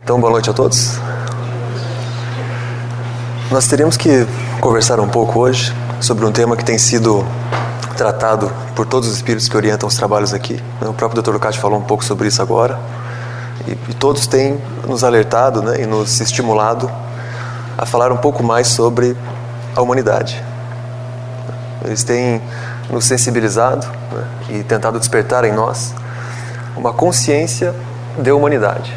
Então, boa noite a todos. Nós teríamos que conversar um pouco hoje sobre um tema que tem sido tratado por todos os espíritos que orientam os trabalhos aqui. O próprio Dr. Lucati falou um pouco sobre isso agora. E todos têm nos alertado, e nos estimulado a falar um pouco mais sobre a humanidade. Eles têm nos sensibilizado e tentado despertar em nós uma consciência de humanidade.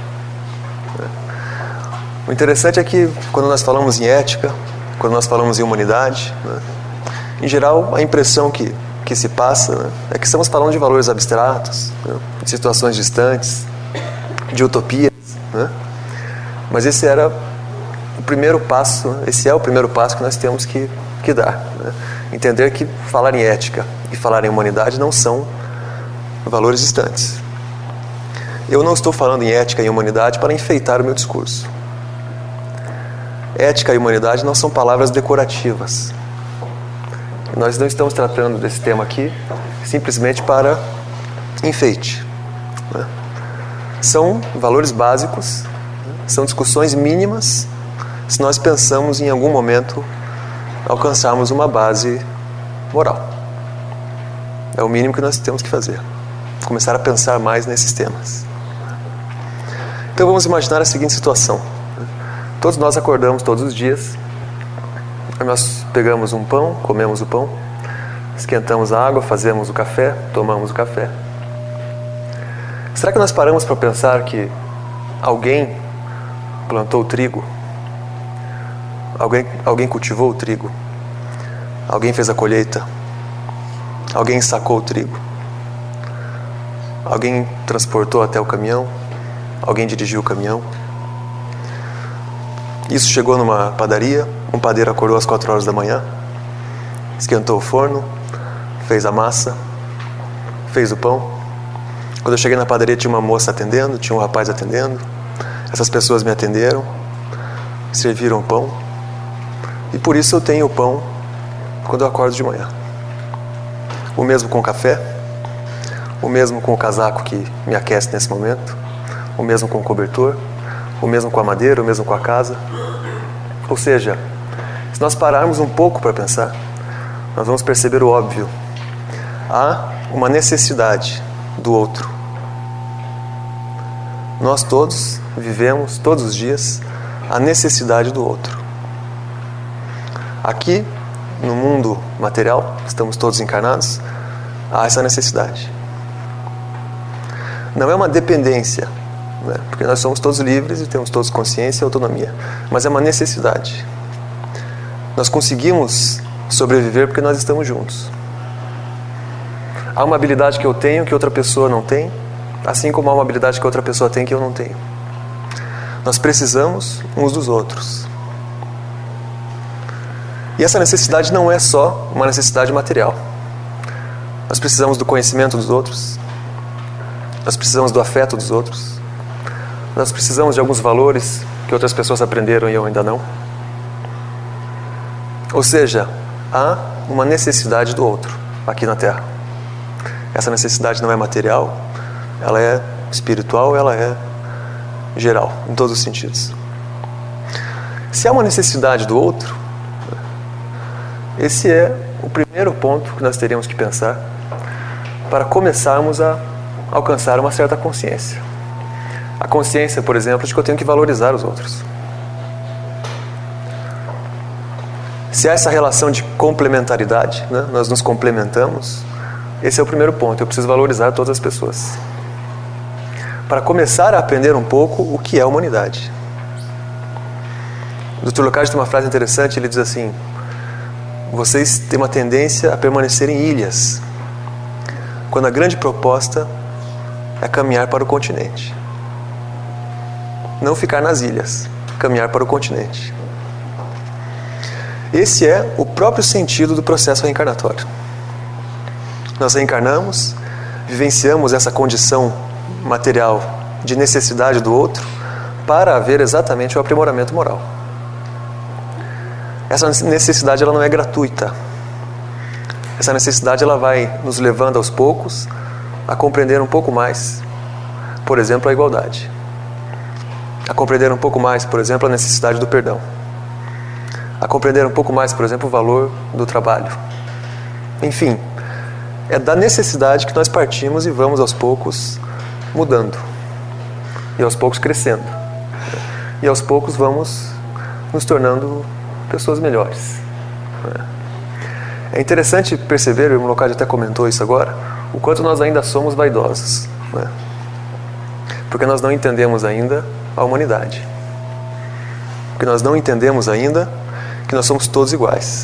O interessante é que quando nós falamos em ética, quando nós falamos em humanidade, em geral a impressão que se passa é que estamos falando de valores abstratos, de situações distantes, de utopias, mas esse era o primeiro passo, esse é o primeiro passo que nós temos que dar. Entender que falar em ética e falar em humanidade não são valores distantes. Eu não estou falando em ética e humanidade para enfeitar o meu discurso. Ética e humanidade não são palavras decorativas. Nós não estamos tratando desse tema aqui simplesmente para enfeite. São valores básicos, são discussões mínimas se nós pensamos em algum momento alcançarmos uma base moral. É o mínimo que nós temos que fazer. Começar a pensar mais nesses temas. Então vamos imaginar a seguinte situação. Todos nós acordamos todos os dias. Nós pegamos um pão, comemos o pão, esquentamos a água, fazemos o café, tomamos o café. Será que nós paramos para pensar que alguém plantou o trigo? Alguém cultivou o trigo? Alguém fez a colheita? Alguém ensacou o trigo? Alguém transportou até o caminhão? Alguém dirigiu o caminhão? Isso chegou numa padaria, um padeiro acordou às 4 horas da manhã, esquentou o forno, fez a massa, fez o pão. Quando eu cheguei na padaria tinha uma moça atendendo, tinha um rapaz atendendo. Essas pessoas me atenderam, serviram o pão. E por isso eu tenho o pão quando eu acordo de manhã. O mesmo com o café, o mesmo com o casaco que me aquece nesse momento, o mesmo com o cobertor, o mesmo com a madeira, o mesmo com a casa. Ou seja, se nós pararmos um pouco para pensar, nós vamos perceber o óbvio. Há uma necessidade do outro. Nós todos vivemos, todos os dias, a necessidade do outro. Aqui, no mundo material, estamos todos encarnados, há essa necessidade. Não é uma dependência, porque nós somos todos livres e temos todos consciência e autonomia, mas é uma necessidade. Nós conseguimos sobreviver porque nós estamos juntos. Há uma habilidade que eu tenho que outra pessoa não tem, assim como há uma habilidade que outra pessoa tem que eu não tenho. Nós precisamos uns dos outros. E essa necessidade não é só uma necessidade material. Nós precisamos do conhecimento dos outros. Nós precisamos do afeto dos outros. Nós precisamos de alguns valores que outras pessoas aprenderam e eu ainda não. Ou seja, há uma necessidade do outro aqui na Terra. Essa necessidade não é material, ela é espiritual, ela é geral, em todos os sentidos. Se há uma necessidade do outro, esse é o primeiro ponto que nós teríamos que pensar para começarmos a alcançar uma certa consciência. A consciência, por exemplo, de que eu tenho que valorizar os outros. Se há essa relação de complementaridade, nós nos complementamos, esse é o primeiro ponto. Eu preciso valorizar todas as pessoas. Para começar a aprender um pouco o que é a humanidade. O Dr. Lucati tem uma frase interessante, ele diz assim: vocês têm uma tendência a permanecer em ilhas, quando a grande proposta é caminhar para o continente. Não ficar nas ilhas, caminhar para o continente. Esse é o próprio sentido do processo reencarnatório. Nós reencarnamos, vivenciamos essa condição material de necessidade do outro para haver exatamente o aprimoramento moral. Essa necessidade ela não é gratuita. Essa necessidade ela vai nos levando aos poucos a compreender um pouco mais, por exemplo, a igualdade. a compreender um pouco mais, por exemplo, a necessidade do perdão, a compreender um pouco mais, por exemplo, o valor do trabalho. Enfim, é da necessidade que nós partimos e vamos aos poucos mudando, e aos poucos crescendo, e aos poucos vamos nos tornando pessoas melhores. É interessante perceber, o Locadi até comentou isso agora, o quanto nós ainda somos vaidosos, porque nós não entendemos ainda a humanidade, porque nós não entendemos ainda que nós somos todos iguais.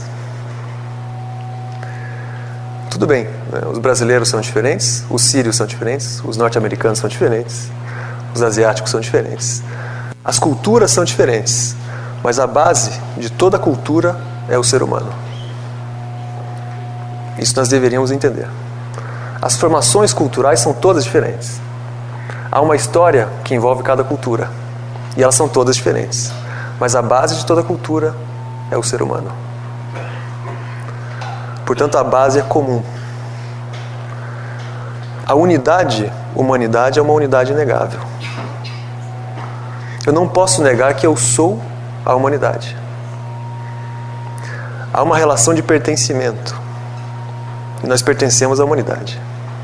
Tudo bem, os brasileiros são diferentes, os sírios são diferentes, os norte-americanos são diferentes, os asiáticos são diferentes, as culturas são diferentes, mas a base de toda cultura é o ser humano. Isso nós deveríamos entender. As formações culturais são todas diferentes. Há uma história que envolve cada cultura, e elas são todas diferentes, mas a base de toda cultura é o ser humano. Portanto, a base é comum. A humanidade é uma unidade inegável. Eu não posso negar que eu sou a humanidade. Há uma relação de pertencimento. E nós pertencemos à humanidade.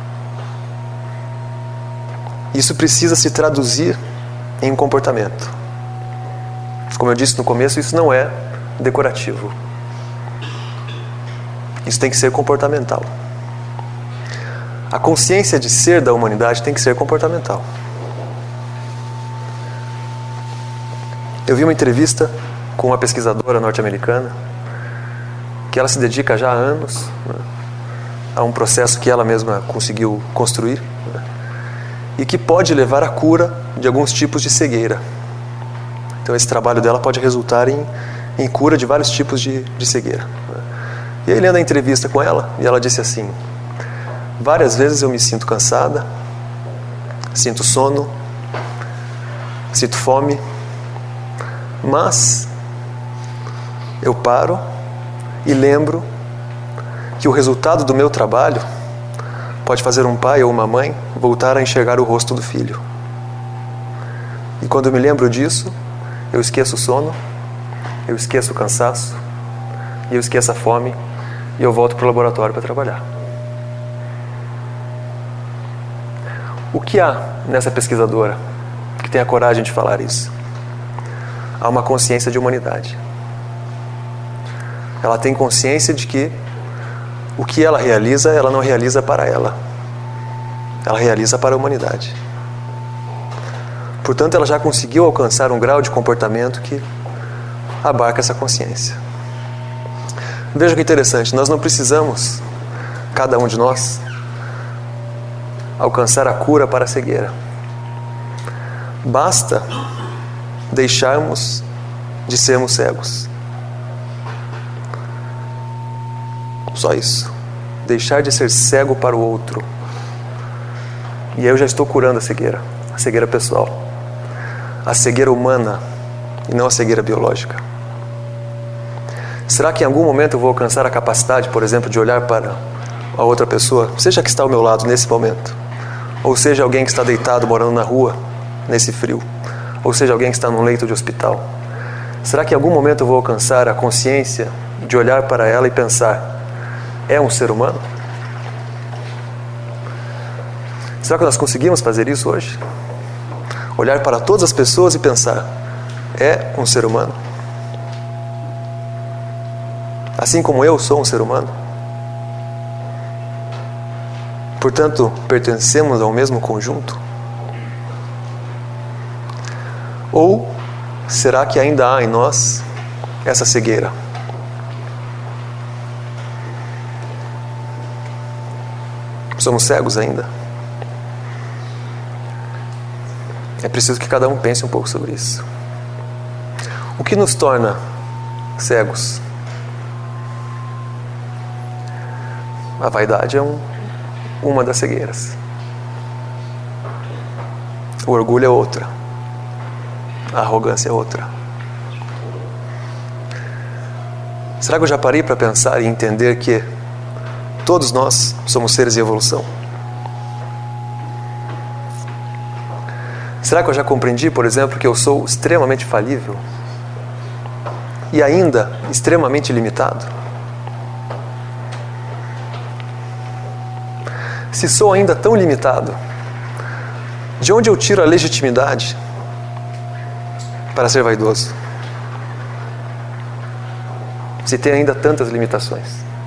Isso precisa se traduzir em um comportamento. Como eu disse no começo, isso não é decorativo. Isso tem que ser comportamental. A consciência de ser da humanidade tem que ser comportamental. Eu vi uma entrevista com uma pesquisadora norte-americana que ela se dedica já há anos a um processo que ela mesma conseguiu construir e que pode levar à cura de alguns tipos de cegueira. Então esse trabalho dela pode resultar em cura de vários tipos de cegueira. E aí, lendo a entrevista com ela, e ela disse assim: várias vezes eu me sinto cansada, sinto sono, sinto fome, mas eu paro e lembro que o resultado do meu trabalho pode fazer um pai ou uma mãe voltar a enxergar o rosto do filho. E quando eu me lembro disso, eu esqueço o sono, eu esqueço o cansaço, e eu esqueço a fome, e eu volto para o laboratório para trabalhar. O que há nessa pesquisadora que tem a coragem de falar isso? Há uma consciência de humanidade. Ela tem consciência de que o que ela realiza, ela não realiza para ela. Ela realiza para a humanidade. Portanto, ela já conseguiu alcançar um grau de comportamento que abarca essa consciência. Veja que interessante, nós não precisamos, cada um de nós, alcançar a cura para a cegueira. Basta deixarmos de sermos cegos. Só isso. Deixar de ser cego para o outro. E aí eu já estou curando a cegueira pessoal. A cegueira humana e não a cegueira biológica. Será que em algum momento eu vou alcançar a capacidade, por exemplo, de olhar para a outra pessoa, seja que está ao meu lado nesse momento, ou seja alguém que está deitado morando na rua, nesse frio, ou seja alguém que está num leito de hospital? Será que em algum momento eu vou alcançar a consciência de olhar para ela e pensar: é um ser humano? Será que nós conseguimos fazer isso hoje? Olhar para todas as pessoas e pensar: é um ser humano? Assim como eu sou um ser humano? Portanto, pertencemos ao mesmo conjunto? Ou será que ainda há em nós essa cegueira? Somos cegos ainda? É preciso que cada um pense um pouco sobre isso. O que nos torna cegos? A vaidade é uma das cegueiras. O orgulho é outra. A arrogância é outra. Será que eu já parei para pensar e entender que todos nós somos seres em evolução? Será que eu já compreendi, por exemplo, que eu sou extremamente falível? E ainda extremamente limitado? Se sou ainda tão limitado, de onde eu tiro a legitimidade para ser vaidoso? Se tem ainda tantas limitações.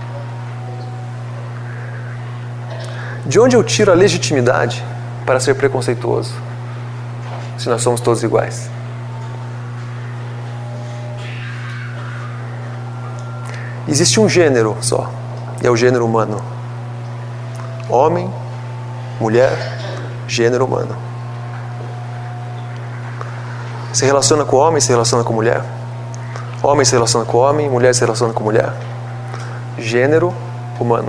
De onde eu tiro a legitimidade para ser preconceituoso? Se nós somos todos iguais. Existe um gênero só, e é o gênero humano. Homem, mulher, gênero humano. Se relaciona com homem, se relaciona com mulher. Homem se relaciona com homem, mulher se relaciona com mulher. Gênero humano.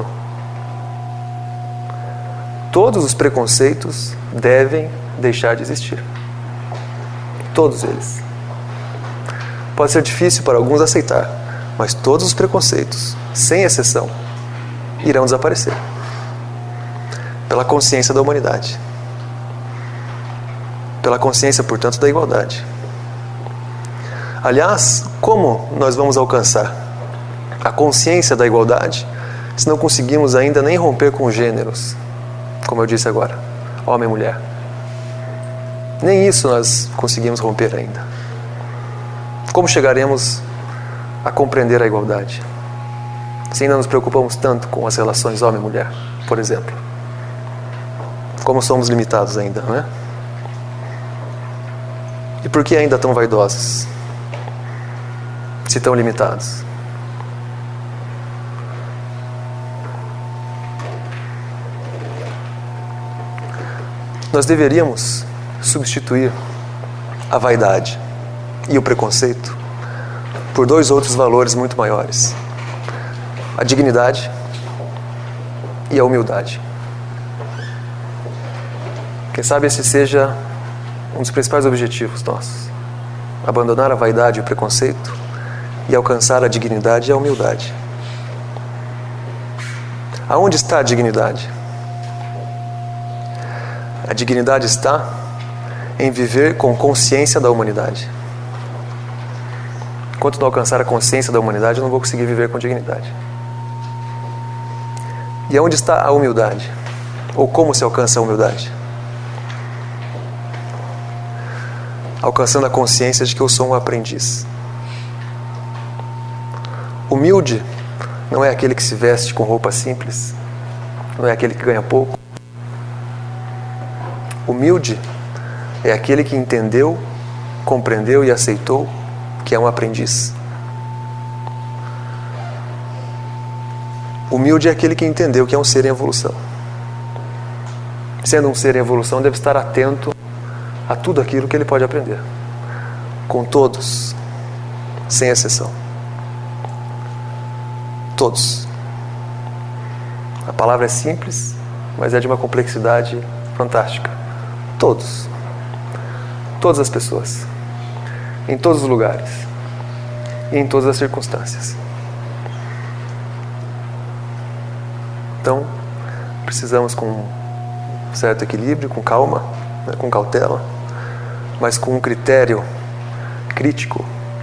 Todos os preconceitos devem deixar de existir. Todos eles. Pode ser difícil para alguns aceitar, mas todos os preconceitos, sem exceção, irão desaparecer. Pela consciência da humanidade. Pela consciência, portanto, da igualdade. Aliás, como nós vamos alcançar a consciência da igualdade se não conseguimos ainda nem romper com os gêneros, como eu disse agora, homem e mulher? Nem isso nós conseguimos romper ainda. Como chegaremos a compreender a igualdade se ainda nos preocupamos tanto com as relações homem e mulher, por exemplo? Como somos limitados ainda, não é? E por que ainda tão vaidosos? Se tão limitados? Nós deveríamos substituir a vaidade e o preconceito por dois outros valores muito maiores: a dignidade e a humildade. Quem sabe esse seja um dos principais objetivos nossos: abandonar a vaidade e o preconceito e alcançar a dignidade e a humildade. Aonde está a dignidade? A dignidade está em viver com consciência da humanidade. Enquanto não alcançar a consciência da humanidade, eu não vou conseguir viver com dignidade. E aonde está a humildade? Ou como se alcança a humildade? Alcançando a consciência de que eu sou um aprendiz. Humilde não é aquele que se veste com roupa simples, não é aquele que ganha pouco. Humilde é aquele que entendeu, compreendeu e aceitou que é um aprendiz. Humilde é aquele que entendeu que é um ser em evolução. Sendo um ser em evolução, deve estar atento a tudo aquilo que ele pode aprender. Com todos, sem exceção. Todos. A palavra é simples, mas é de uma complexidade fantástica. Todos. Todas as pessoas. Em todos os lugares. E em todas as circunstâncias. Então, precisamos com um certo equilíbrio, com calma, né, com cautela, mas com um critério crítico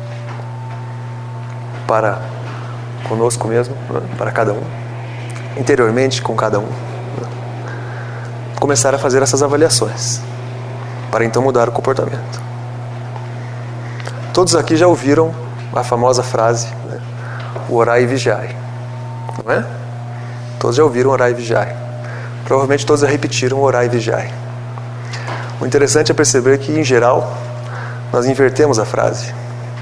para conosco mesmo, né, para cada um, interiormente com cada um, né, começar a fazer essas avaliações, para então mudar o comportamento. Todos aqui já ouviram a famosa frase, né, o orai e vigiai, não é? Todos já ouviram orai e vigiai. Provavelmente todos já repetiram orai e vigiai. O interessante é perceber que, em geral, nós invertemos a frase.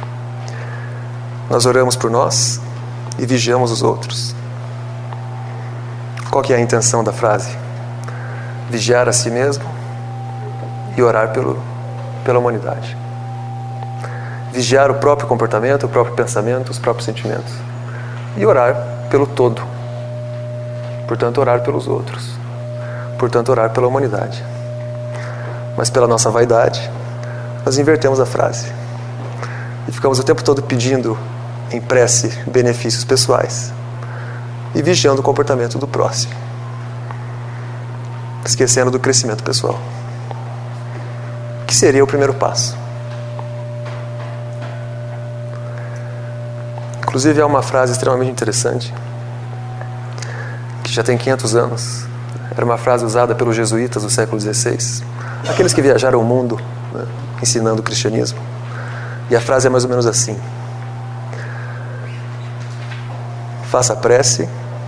Nós oramos por nós e vigiamos os outros. Qual que é a intenção da frase? Vigiar a si mesmo e orar pela humanidade. Vigiar o próprio comportamento, o próprio pensamento, os próprios sentimentos. E orar pelo todo. Portanto, orar pelos outros. Portanto, orar pela humanidade. Mas pela nossa vaidade, nós invertemos a frase. E ficamos o tempo todo pedindo em prece benefícios pessoais e vigiando o comportamento do próximo, esquecendo do crescimento pessoal, que seria o primeiro passo. Inclusive há uma frase extremamente interessante, que já tem 500 anos. Era uma frase usada pelos jesuítas do século XVI, aqueles que viajaram o mundo, né, ensinando o cristianismo. E a frase é mais ou menos assim: faça prece,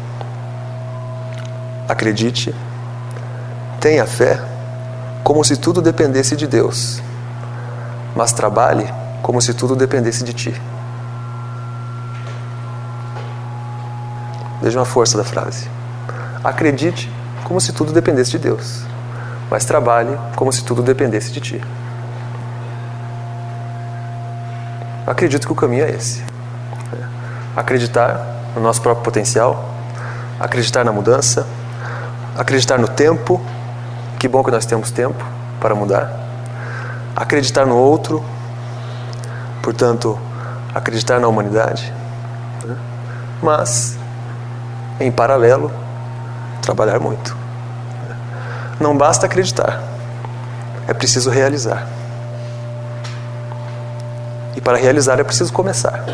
acredite, tenha fé, como se tudo dependesse de Deus, mas trabalhe como se tudo dependesse de ti. Vejam a força da frase. Acredite como se tudo dependesse de Deus, mas trabalhe como se tudo dependesse de ti. Acredito que o caminho é esse. Acreditar no nosso próprio potencial, acreditar na mudança, acreditar no tempo. Que bom que nós temos tempo para mudar. Acreditar no outro, portanto, acreditar na humanidade. Mas, em paralelo, trabalhar muito. Não basta acreditar, é preciso realizar. E para realizar é preciso começar.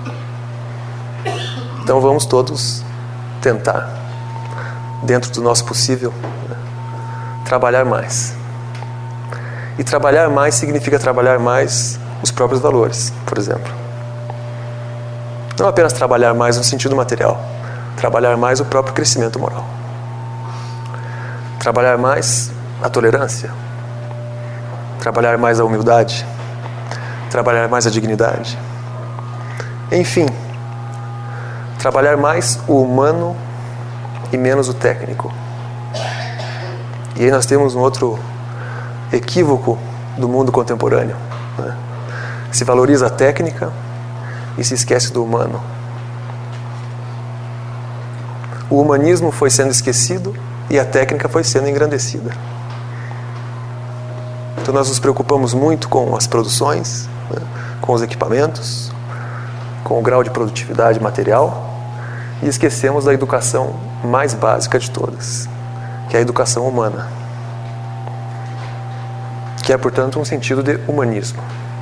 Então vamos todos tentar, dentro do nosso possível, trabalhar mais. E trabalhar mais significa trabalhar mais os próprios valores, por exemplo. Não apenas trabalhar mais no sentido material, trabalhar mais o próprio crescimento moral. Trabalhar mais a tolerância, trabalhar mais a humildade, trabalhar mais a dignidade. Enfim, trabalhar mais o humano e menos o técnico. E aí nós temos um outro equívoco do mundo contemporâneo, né? Se valoriza a técnica e se esquece do humano. O humanismo foi sendo esquecido e a técnica foi sendo engrandecida. Então nós nos preocupamos muito com as produções, né? Com os equipamentos, com o grau de produtividade material, e esquecemos da educação mais básica de todas, que é a educação humana, que é, portanto, um sentido de humanismo,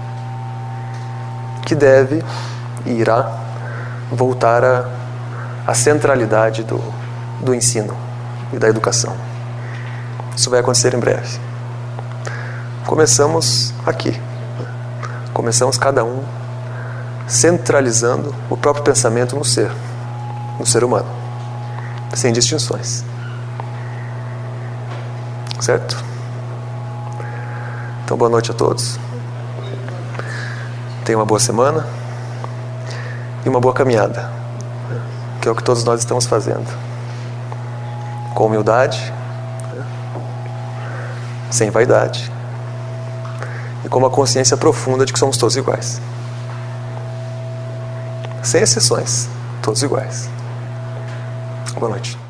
que deve e irá voltar à centralidade do ensino e da educação. Isso vai acontecer em breve. Começamos aqui. Começamos cada um centralizando o próprio pensamento no ser humano, sem distinções. Certo? Então, boa noite a todos. Tenham uma boa semana e uma boa caminhada, que é o que todos nós estamos fazendo. Com humildade, sem vaidade e com uma consciência profunda de que somos todos iguais. Sem exceções, todos iguais. Boa noite.